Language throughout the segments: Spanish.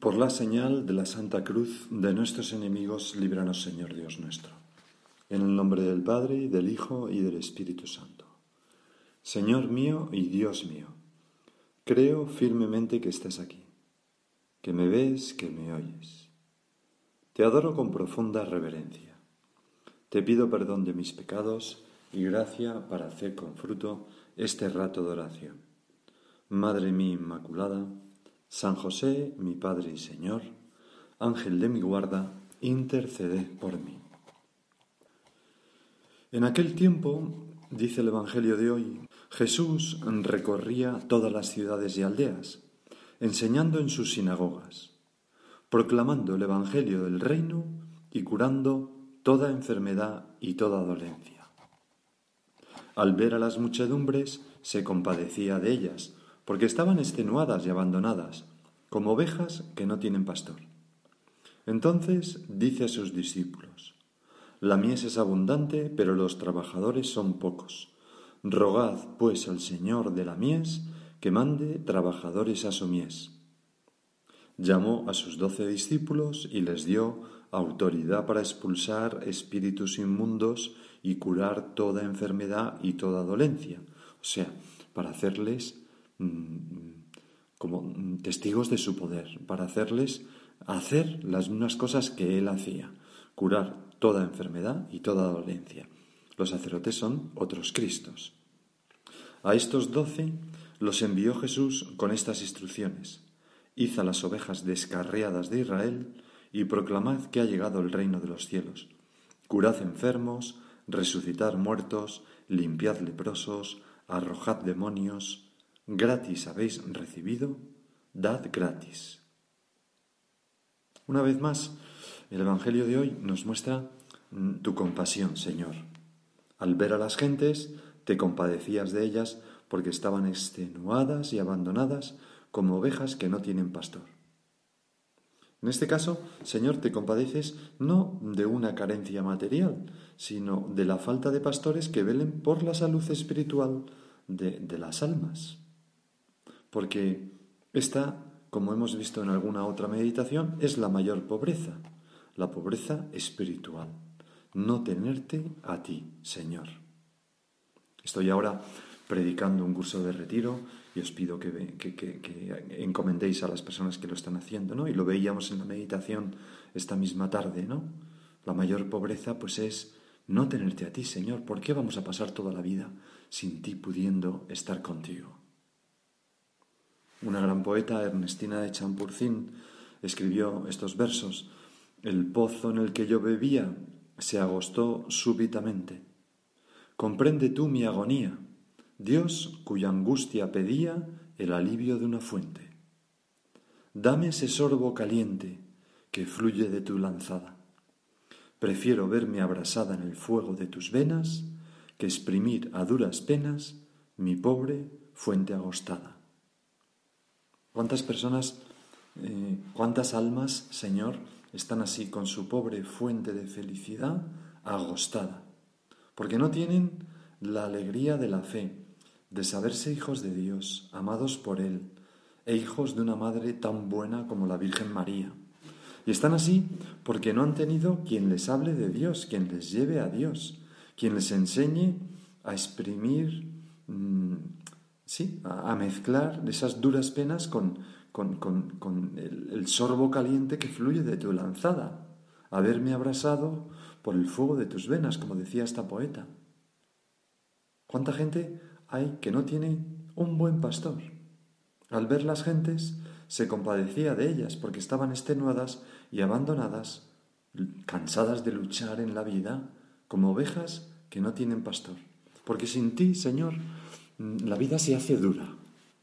Por la señal de la Santa Cruz de nuestros enemigos, líbranos, Señor Dios nuestro. En el nombre del Padre, y del Hijo, y del Espíritu Santo. Señor mío y Dios mío, creo firmemente que estás aquí, que me ves, que me oyes. Te adoro con profunda reverencia. Te pido perdón de mis pecados y gracia para hacer con fruto este rato de oración. Madre mía Inmaculada, San José, mi Padre y Señor, Ángel de mi guarda, interceded por mí. En aquel tiempo, dice el Evangelio de hoy, Jesús recorría todas las ciudades y aldeas, enseñando en sus sinagogas, proclamando el Evangelio del reino y curando toda enfermedad y toda dolencia. Al ver a las muchedumbres, se compadecía de ellas, porque estaban extenuadas y abandonadas, como ovejas que no tienen pastor. Entonces dice a sus discípulos: La mies es abundante, pero los trabajadores son pocos. Rogad, pues, al Señor de la mies que mande trabajadores a su mies. Llamó a sus 12 discípulos y les dio autoridad para expulsar espíritus inmundos y curar toda enfermedad y toda dolencia. O sea, para hacerles como testigos de su poder, para hacerles hacer las mismas cosas que él hacía, curar toda enfermedad y toda dolencia. Los sacerdotes son otros Cristos. A estos 12 los envió Jesús con estas instrucciones: Id a las ovejas descarriadas de Israel y proclamad que ha llegado el reino de los cielos. Curad enfermos, resucitad muertos, limpiad leprosos, arrojad demonios. Gratis habéis recibido, dad gratis. Una vez más, el Evangelio de hoy nos muestra tu compasión, Señor. Al ver a las gentes, te compadecías de ellas porque estaban extenuadas y abandonadas como ovejas que no tienen pastor. En este caso, Señor, te compadeces no de una carencia material, sino de la falta de pastores que velen por la salud espiritual de las almas. Porque esta, como hemos visto en alguna otra meditación, es la mayor pobreza, la pobreza espiritual. No tenerte a ti, Señor. Estoy ahora predicando un curso de retiro y os pido que encomendéis a las personas que lo están haciendo, ¿no? Y lo veíamos en la meditación esta misma tarde, ¿no? La mayor pobreza, pues, es no tenerte a ti, Señor. ¿Por qué vamos a pasar toda la vida sin ti pudiendo estar contigo? Una gran poeta, Ernestina de Champurcín, escribió estos versos: El pozo en el que yo bebía se agostó súbitamente. Comprende tú mi agonía, Dios, cuya angustia pedía el alivio de una fuente. Dame ese sorbo caliente que fluye de tu lanzada. Prefiero verme abrasada en el fuego de tus venas que exprimir a duras penas mi pobre fuente agostada. ¿Cuántas personas, cuántas almas, Señor, están así con su pobre fuente de felicidad agostada? Porque no tienen la alegría de la fe, de saberse hijos de Dios, amados por Él, e hijos de una madre tan buena como la Virgen María. Y están así porque no han tenido quien les hable de Dios, quien les lleve a Dios, quien les enseñe a exprimir, a mezclar esas duras penas con el sorbo caliente que fluye de tu lanzada, haberme abrasado por el fuego de tus venas, como decía esta poeta. ¿Cuánta gente hay que no tiene un buen pastor? Al ver las gentes, se compadecía de ellas porque estaban extenuadas y abandonadas, cansadas de luchar en la vida, como ovejas que no tienen pastor. Porque sin ti, Señor, la vida se hace dura.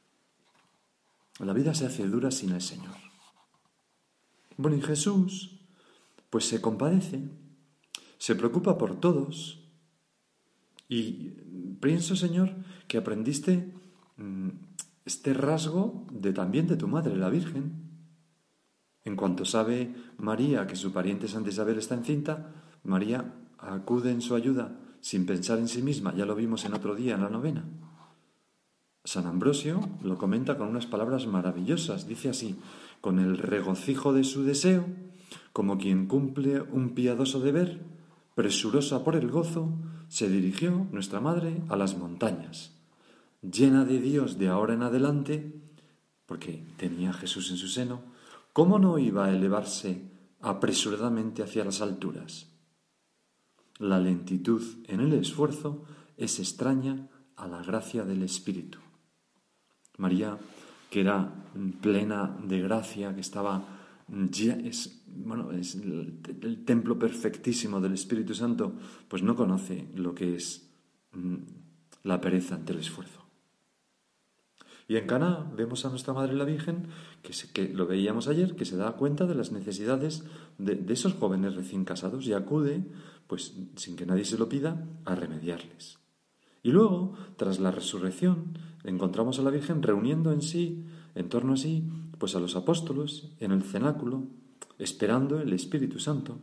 La vida se hace dura sin el Señor. Bueno, y Jesús, pues se compadece, se preocupa por todos. Y pienso, Señor, que aprendiste este rasgo también de tu madre, la Virgen. En cuanto sabe María que su pariente Santa Isabel está encinta, María acude en su ayuda sin pensar en sí misma. Ya lo vimos en otro día en la novena. San Ambrosio lo comenta con unas palabras maravillosas. Dice así: con el regocijo de su deseo, como quien cumple un piadoso deber, presurosa por el gozo, se dirigió nuestra madre a las montañas, llena de Dios de ahora en adelante, porque tenía a Jesús en su seno. ¿Cómo no iba a elevarse apresuradamente hacia las alturas? La lentitud en el esfuerzo es extraña a la gracia del Espíritu. María, que era plena de gracia, que estaba es el templo perfectísimo del Espíritu Santo, pues no conoce lo que es la pereza ante el esfuerzo. Y en Caná vemos a nuestra Madre la Virgen, que lo veíamos ayer, que se da cuenta de las necesidades de esos jóvenes recién casados y acude, pues sin que nadie se lo pida, a remediarles. Y luego, tras la resurrección, encontramos a la Virgen reuniendo en torno a sí, pues a los apóstolos en el cenáculo, esperando el Espíritu Santo.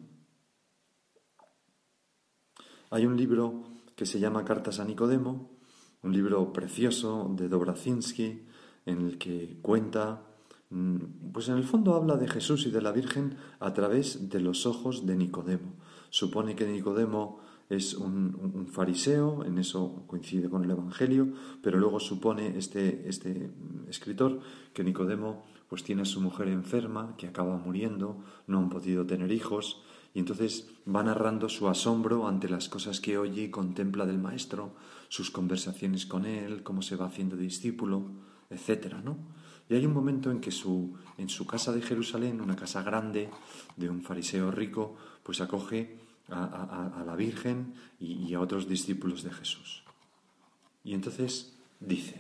Hay un libro que se llama Cartas a Nicodemo, un libro precioso de Dobrazinski, en el que cuenta, pues en el fondo habla de Jesús y de la Virgen a través de los ojos de Nicodemo. Supone que Nicodemo es un fariseo, en eso coincide con el Evangelio, pero luego supone este escritor que Nicodemo pues tiene a su mujer enferma, que acaba muriendo, no han podido tener hijos, y entonces va narrando su asombro ante las cosas que oye y contempla del Maestro, sus conversaciones con él, cómo se va haciendo discípulo, etcétera, ¿no? Y hay un momento en que en su casa de Jerusalén, una casa grande de un fariseo rico, pues acoge a la Virgen y a otros discípulos de Jesús. Y entonces dice: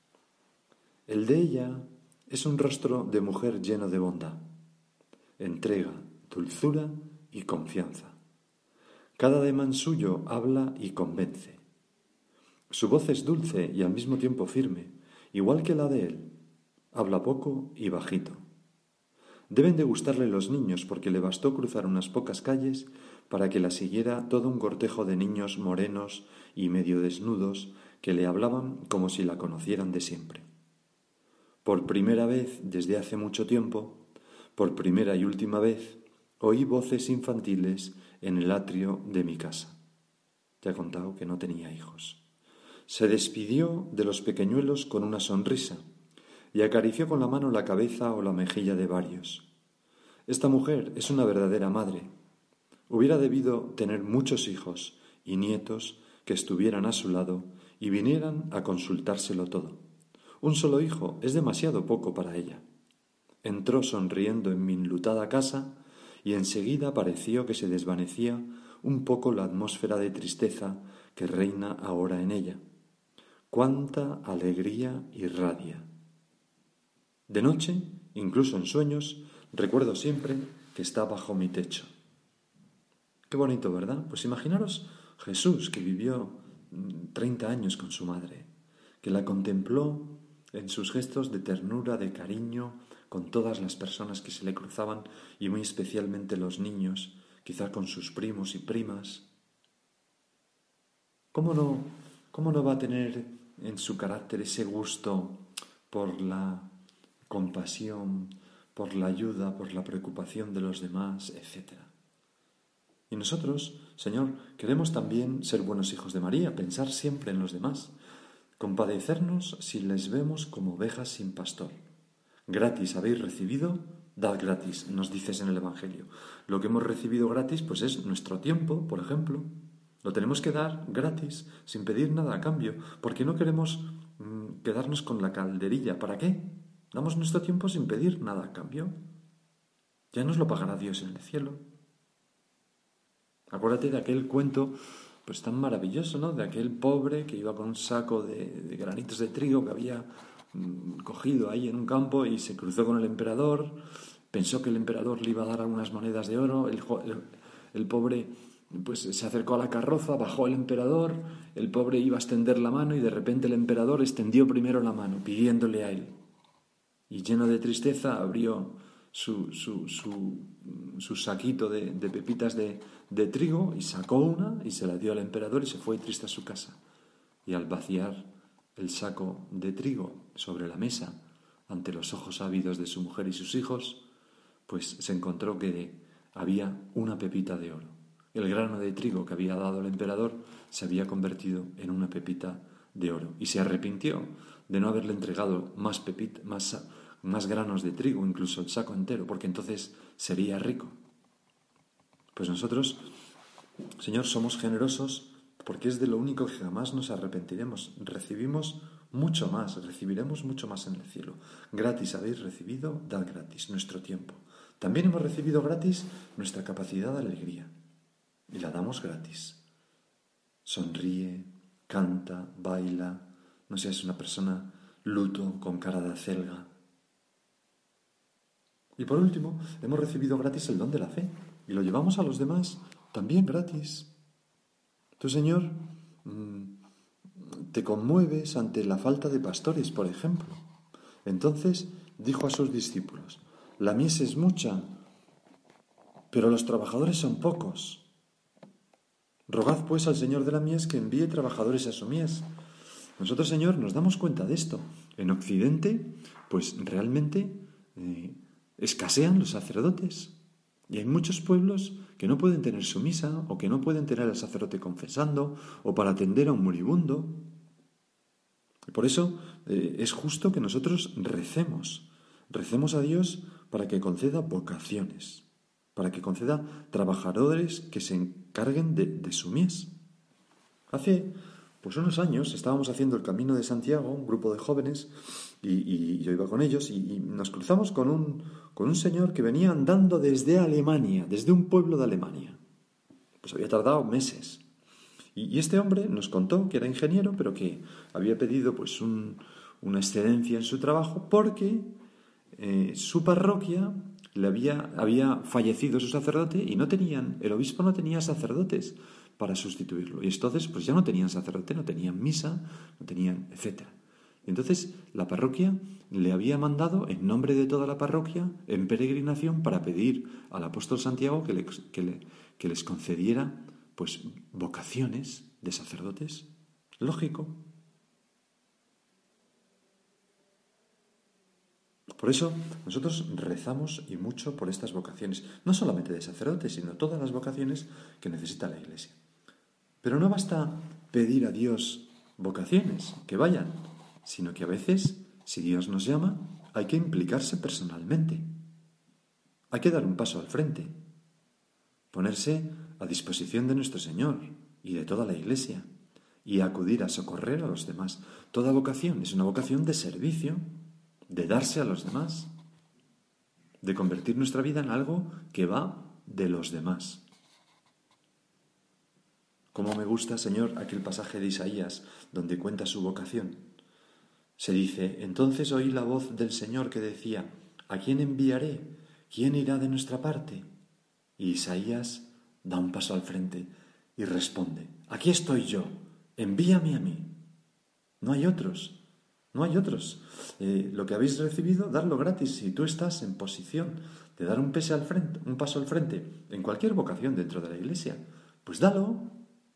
el de ella es un rostro de mujer lleno de bondad, entrega, dulzura y confianza. Cada ademán suyo habla y convence. Su voz es dulce y al mismo tiempo firme, igual que la de él. Habla poco y bajito. Deben de gustarle los niños porque le bastó cruzar unas pocas calles para que la siguiera todo un cortejo de niños morenos y medio desnudos que le hablaban como si la conocieran de siempre. Por primera vez desde hace mucho tiempo, por primera y última vez, oí voces infantiles en el atrio de mi casa. Te ha contado que no tenía hijos. Se despidió de los pequeñuelos con una sonrisa y acarició con la mano la cabeza o la mejilla de varios. Esta mujer es una verdadera madre. Hubiera debido tener muchos hijos y nietos que estuvieran a su lado y vinieran a consultárselo todo. Un solo hijo es demasiado poco para ella. Entró sonriendo en mi enlutada casa y enseguida pareció que se desvanecía un poco la atmósfera de tristeza que reina ahora en ella. ¡Cuánta alegría irradia! De noche, incluso en sueños, recuerdo siempre que está bajo mi techo. Qué bonito, ¿verdad? Pues imaginaros Jesús, que vivió 30 años con su madre, que la contempló en sus gestos de ternura, de cariño, con todas las personas que se le cruzaban y muy especialmente los niños, quizá con sus primos y primas. ¿Cómo no va a tener en su carácter ese gusto por la compasión, por la ayuda, por la preocupación de los demás, etcétera? Y nosotros, Señor, queremos también ser buenos hijos de María, pensar siempre en los demás, compadecernos si les vemos como ovejas sin pastor. Gratis habéis recibido, dad gratis, nos dices en el Evangelio. Lo que hemos recibido gratis, pues es nuestro tiempo, por ejemplo. Lo tenemos que dar gratis, sin pedir nada a cambio, porque no queremos quedarnos con la calderilla. ¿Para qué? Damos nuestro tiempo sin pedir nada a cambio. Ya nos lo pagará Dios en el cielo. Acuérdate de aquel cuento pues tan maravilloso, ¿no? De aquel pobre que iba con un saco de granitos de trigo que había cogido ahí en un campo y se cruzó con el emperador, pensó que el emperador le iba a dar algunas monedas de oro, el pobre pues se acercó a la carroza, bajó el emperador, el pobre iba a extender la mano y de repente el emperador extendió primero la mano pidiéndole a él y lleno de tristeza abrió su saquito de pepitas de trigo y sacó una y se la dio al emperador y se fue triste a su casa. Y al vaciar el saco de trigo sobre la mesa, ante los ojos ávidos de su mujer y sus hijos, pues se encontró que había una pepita de oro. El grano de trigo que había dado el emperador se había convertido en una pepita de oro y se arrepintió de no haberle entregado más granos de trigo, incluso el saco entero, porque entonces sería rico. Pues nosotros, Señor, somos generosos porque es de lo único que jamás nos arrepentiremos. Recibimos mucho más, recibiremos mucho más en el cielo. Gratis habéis recibido, dad gratis nuestro tiempo. También hemos recibido gratis nuestra capacidad de alegría y la damos gratis. Sonríe, canta, baila, no seas una persona luto con cara de acelga. Y por último, hemos recibido gratis el don de la fe y lo llevamos a los demás también gratis. Tú, Señor, te conmueves ante la falta de pastores, por ejemplo. Entonces dijo a sus discípulos: la mies es mucha, pero los trabajadores son pocos. Rogad pues al Señor de la mies que envíe trabajadores a su mies. Nosotros, Señor, nos damos cuenta de esto. En Occidente, pues realmente escasean los sacerdotes. Y hay muchos pueblos que no pueden tener su misa, o que no pueden tener al sacerdote confesando, o para atender a un moribundo. Por eso es justo que nosotros recemos a Dios para que conceda vocaciones, para que conceda trabajadores que se encarguen de su mies. Hace pues unos años estábamos haciendo el Camino de Santiago, un grupo de jóvenes, y yo iba con ellos, y nos cruzamos con un señor que venía andando desde Alemania, desde un pueblo de Alemania. Pues había tardado meses. Y este hombre nos contó que era ingeniero, pero que había pedido pues una excedencia en su trabajo porque su parroquia había fallecido su sacerdote y el obispo no tenía sacerdotes para sustituirlo. Y entonces pues ya no tenían sacerdote, no tenían misa, no tenían, etc. Y entonces la parroquia le había mandado, en nombre de toda la parroquia, en peregrinación, para pedir al apóstol Santiago que les concediera pues vocaciones de sacerdotes. Lógico. Por eso nosotros rezamos y mucho por estas vocaciones, no solamente de sacerdotes, sino todas las vocaciones que necesita la Iglesia. Pero no basta pedir a Dios vocaciones, que vayan, sino que a veces, si Dios nos llama, hay que implicarse personalmente. Hay que dar un paso al frente, ponerse a disposición de nuestro Señor y de toda la Iglesia y acudir a socorrer a los demás. Toda vocación es una vocación de servicio, de darse a los demás, de convertir nuestra vida en algo que va de los demás. Cómo me gusta, Señor, aquel pasaje de Isaías donde cuenta su vocación. Se dice: entonces oí la voz del Señor que decía: ¿a quién enviaré? ¿Quién irá de nuestra parte? Y Isaías da un paso al frente y responde: aquí estoy yo, envíame a mí. No hay otros. Lo que habéis recibido, darlo gratis. Si tú estás en posición de dar un paso al frente en cualquier vocación dentro de la Iglesia, pues dalo.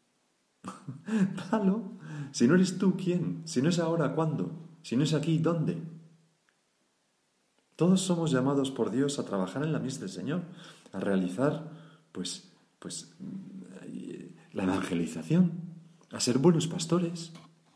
Dalo. Si no eres tú, ¿quién? Si no es ahora, ¿cuándo? Si no es aquí, ¿dónde? Todos somos llamados por Dios a trabajar en la mies del Señor, a realizar pues la evangelización, a ser buenos pastores.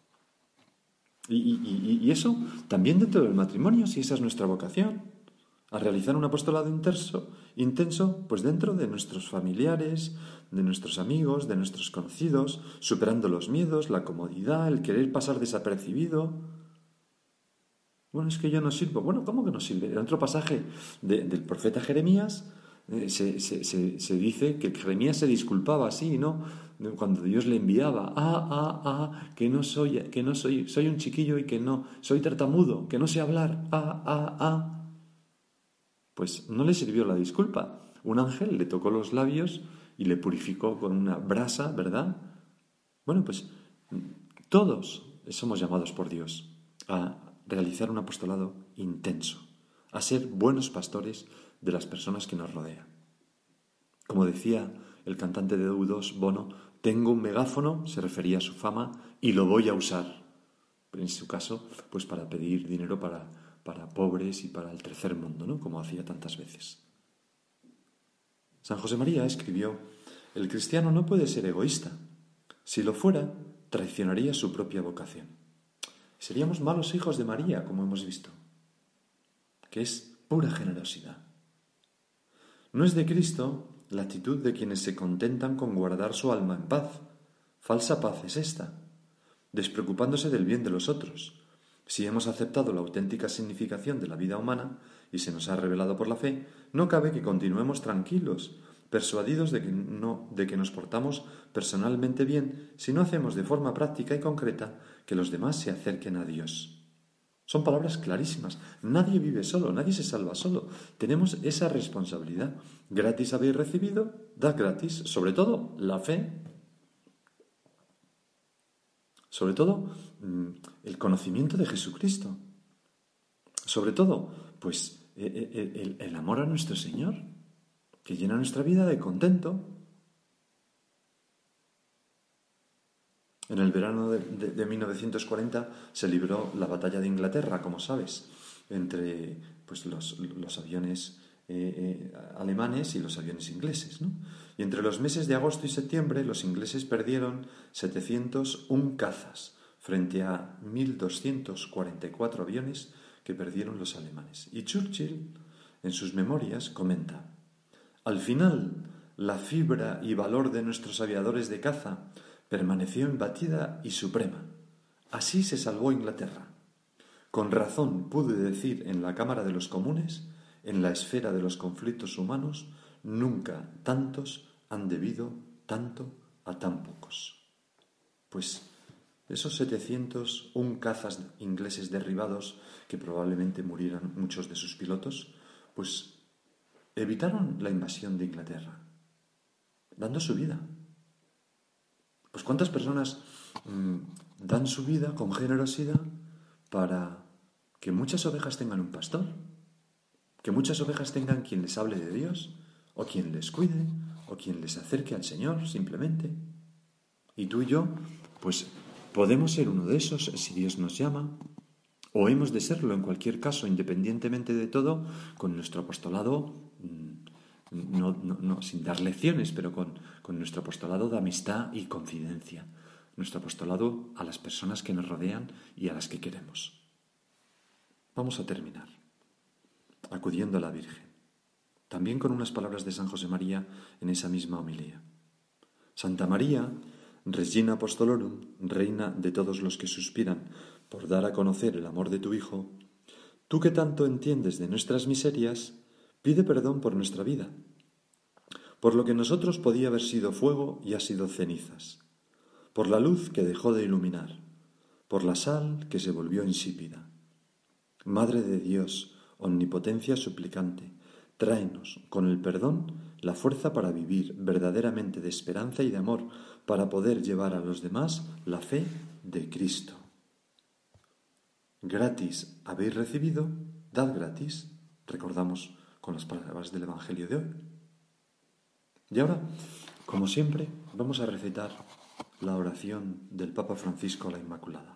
Y eso también dentro del matrimonio, si esa es nuestra vocación, a realizar un apostolado intenso, pues dentro de nuestros familiares, de nuestros amigos, de nuestros conocidos, superando los miedos, la comodidad, el querer pasar desapercibido. Bueno, es que yo no sirvo. Bueno, ¿cómo que no sirve? En otro pasaje del profeta Jeremías se dice que Jeremías se disculpaba así, ¿no? Cuando Dios le enviaba: soy un chiquillo y que no, soy tartamudo, que no sé hablar, Pues no le sirvió la disculpa. Un ángel le tocó los labios y le purificó con una brasa, ¿verdad? Bueno, pues todos somos llamados por Dios a realizar un apostolado intenso, a ser buenos pastores de las personas que nos rodean. Como decía el cantante de U2, Bono, tengo un megáfono, se refería a su fama, y lo voy a usar. Pero en su caso, pues para pedir dinero para para pobres y para el tercer mundo, ¿no? Como hacía tantas veces. San José María escribió: el cristiano no puede ser egoísta. Si lo fuera, traicionaría su propia vocación. Seríamos malos hijos de María, como hemos visto, que es pura generosidad. No es de Cristo la actitud de quienes se contentan con guardar su alma en paz. Falsa paz es esta, despreocupándose del bien de los otros. Si hemos aceptado la auténtica significación de la vida humana y se nos ha revelado por la fe, no cabe que continuemos tranquilos, persuadidos de que nos portamos personalmente bien si no hacemos de forma práctica y concreta que los demás se acerquen a Dios. Son palabras clarísimas. Nadie vive solo, nadie se salva solo. Tenemos esa responsabilidad. Gratis habéis recibido, dad gratis. Sobre todo, la fe. Sobre todo, el conocimiento de Jesucristo. Sobre todo, pues, el amor a nuestro Señor, que llena nuestra vida de contento. En el verano de 1940 se libró la batalla de Inglaterra, como sabes, entre pues, los aviones alemanes y los aviones ingleses, ¿no? Y entre los meses de agosto y septiembre los ingleses perdieron 701 cazas frente a 1.244 aviones que perdieron los alemanes. Y Churchill, en sus memorias, comenta: al final, la fibra y valor de nuestros aviadores de caza permaneció imbatida y suprema. Así se salvó Inglaterra. Con razón pude decir en la Cámara de los Comunes, en la esfera de los conflictos humanos, nunca tantos han debido tanto a tan pocos. Pues esos 701 cazas ingleses derribados, que probablemente murieran muchos de sus pilotos, pues evitaron la invasión de Inglaterra, dando su vida. Pues ¿cuántas personas dan su vida con generosidad para que muchas ovejas tengan un pastor? Que muchas ovejas tengan quien les hable de Dios, o quien les cuide, o quien les acerque al Señor, simplemente. Y tú y yo, pues podemos ser uno de esos si Dios nos llama, o hemos de serlo en cualquier caso, independientemente de todo, con nuestro apostolado, no sin dar lecciones, pero con nuestro apostolado de amistad y confidencia, nuestro apostolado a las personas que nos rodean y a las que queremos. Vamos a terminar acudiendo a la Virgen, también con unas palabras de San José María en esa misma homilía. Santa María, Regina Apostolorum, Reina de todos los que suspiran por dar a conocer el amor de tu Hijo, tú que tanto entiendes de nuestras miserias, pide perdón por nuestra vida, por lo que en nosotros podía haber sido fuego y ha sido cenizas, por la luz que dejó de iluminar, por la sal que se volvió insípida. Madre de Dios, omnipotencia suplicante, tráenos, con el perdón, la fuerza para vivir verdaderamente de esperanza y de amor, para poder llevar a los demás la fe de Cristo. Gratis habéis recibido, dad gratis, recordamos con las palabras del Evangelio de hoy. Y ahora, como siempre, vamos a recitar la oración del Papa Francisco a la Inmaculada.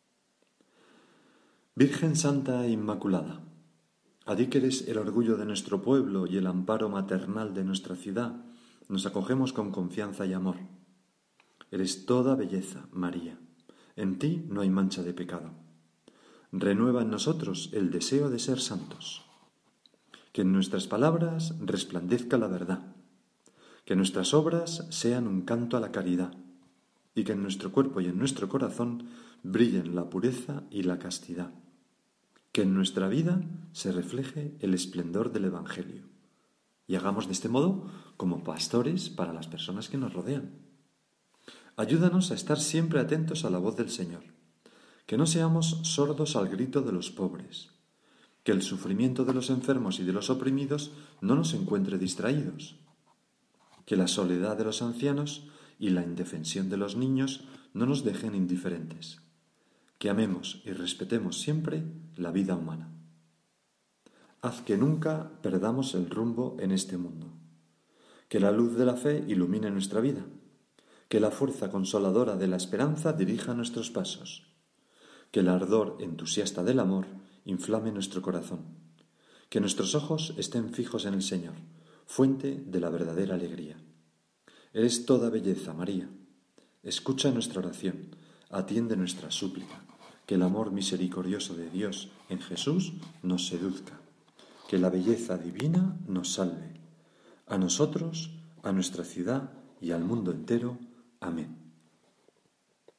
Virgen Santa e Inmaculada, a ti que eres el orgullo de nuestro pueblo y el amparo maternal de nuestra ciudad, nos acogemos con confianza y amor. Eres toda belleza, María. En ti no hay mancha de pecado. Renueva en nosotros el deseo de ser santos. Que en nuestras palabras resplandezca la verdad. Que nuestras obras sean un canto a la caridad. Y que en nuestro cuerpo y en nuestro corazón brillen la pureza y la castidad. Que en nuestra vida se refleje el esplendor del Evangelio. Y hagamos de este modo como pastores para las personas que nos rodean. Ayúdanos a estar siempre atentos a la voz del Señor. Que no seamos sordos al grito de los pobres. Que el sufrimiento de los enfermos y de los oprimidos no nos encuentre distraídos. Que la soledad de los ancianos y la indefensión de los niños no nos dejen indiferentes. Que amemos y respetemos siempre la vida humana. Haz que nunca perdamos el rumbo en este mundo. Que la luz de la fe ilumine nuestra vida. Que la fuerza consoladora de la esperanza dirija nuestros pasos. Que el ardor entusiasta del amor inflame nuestro corazón. Que nuestros ojos estén fijos en el Señor, fuente de la verdadera alegría. Eres toda belleza, María. Escucha nuestra oración, atiende nuestra súplica. Que el amor misericordioso de Dios en Jesús nos seduzca. Que la belleza divina nos salve. A nosotros, a nuestra ciudad y al mundo entero. Amén.